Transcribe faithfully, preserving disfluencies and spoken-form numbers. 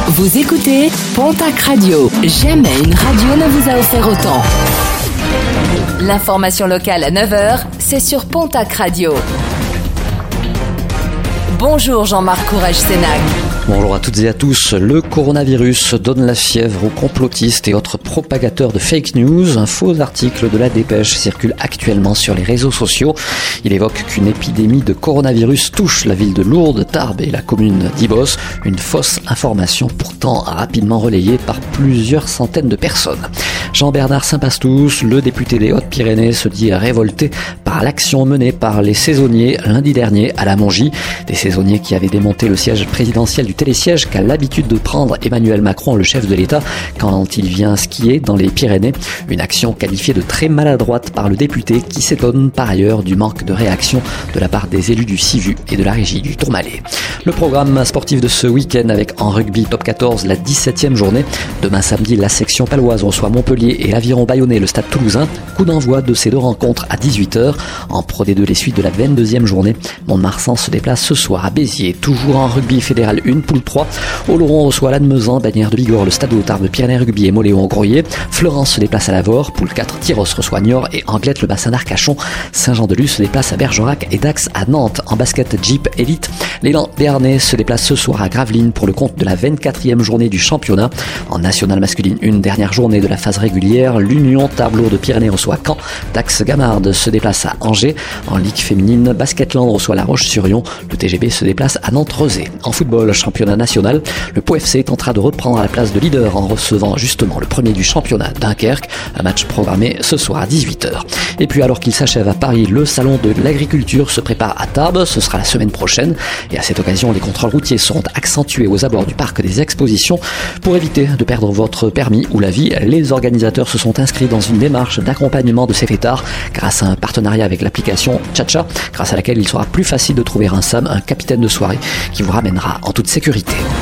Vous écoutez Pontac Radio. Jamais une radio ne vous a offert autant. L'information locale à neuf heures, c'est sur Pontac Radio. Bonjour Jean-Marc Courage-Sénac. Bonjour à toutes et à tous. Le coronavirus donne la fièvre aux complotistes et autres propagateurs de fake news. Un faux article de la Dépêche circule actuellement sur les réseaux sociaux. Il évoque qu'une épidémie de coronavirus touche la ville de Lourdes, Tarbes et la commune d'Ibos. Une fausse information pourtant rapidement relayée par plusieurs centaines de personnes. Jean-Bernard Saint-Pastous, le député des Hautes-Pyrénées, se dit révolté par l'action menée par les saisonniers lundi dernier à la Mongie. Des saisonniers qui avaient démonté le siège présidentiel du télésiège qu'a l'habitude de prendre Emmanuel Macron, le chef de l'État, quand il vient skier dans les Pyrénées. Une action qualifiée de très maladroite par le député qui s'étonne par ailleurs du manque de réaction de la part des élus du Civu et de la régie du Tourmalet. Le programme sportif de ce week-end avec en rugby top quatorze la dix-septième journée. Demain samedi, la section paloise reçoit Montpellier et l'Aviron Bayonnais le Stade Toulousain. Coup d'envoi de ces deux rencontres à dix-huit heures. En Pro D deux, les suites de la vingt-deuxième journée. Mont-de-Marsan se déplace ce soir à Béziers. Toujours en rugby fédéral un, poule trois. Oloron reçoit Lannemezan, Bagnères de Bigorre, le Stade de Tarbes, Pyrénées Rugby et Moléon-Groyer. Florence se déplace à Lavore. Poule quatre, Tyros reçoit Niort et Anglette le bassin d'Arcachon. Saint-Jean-de-Luz se déplace à Bergerac et Dax à Nantes. En basket Jeep Elite, l'élan béarnais se déplace ce soir à Gravelines pour le compte de la vingt-quatrième journée du championnat. En nationale masculine une, dernière journée de la phase régulière, l'Union Tarbes-Lourdes Pyrénées reçoit Caen. Dax Gamarde se déplace à Angers. En ligue féminine, Basketland reçoit La Roche-sur-Yon. Le T G B se déplace à Nantes-Rezé. En football, championnat national, le Pau F C tentera de reprendre la place de leader en recevant justement le premier du championnat, Dunkerque. Un match programmé ce soir à dix-huit heures. Et puis alors qu'il s'achève à Paris, le salon de l'agriculture se prépare à Tarbes. Ce sera la semaine prochaine. Et à cette occasion, les contrôles routiers seront accentués aux abords du parc des expositions. Pour éviter de perdre votre permis ou la vie, les organisateurs se sont inscrits dans une démarche d'accompagnement de ces fêtards grâce à un partenariat avec l'application Tcha-Tcha, grâce à laquelle il sera plus facile de trouver un SAM, un capitaine de soirée, qui vous ramènera en toute sécurité.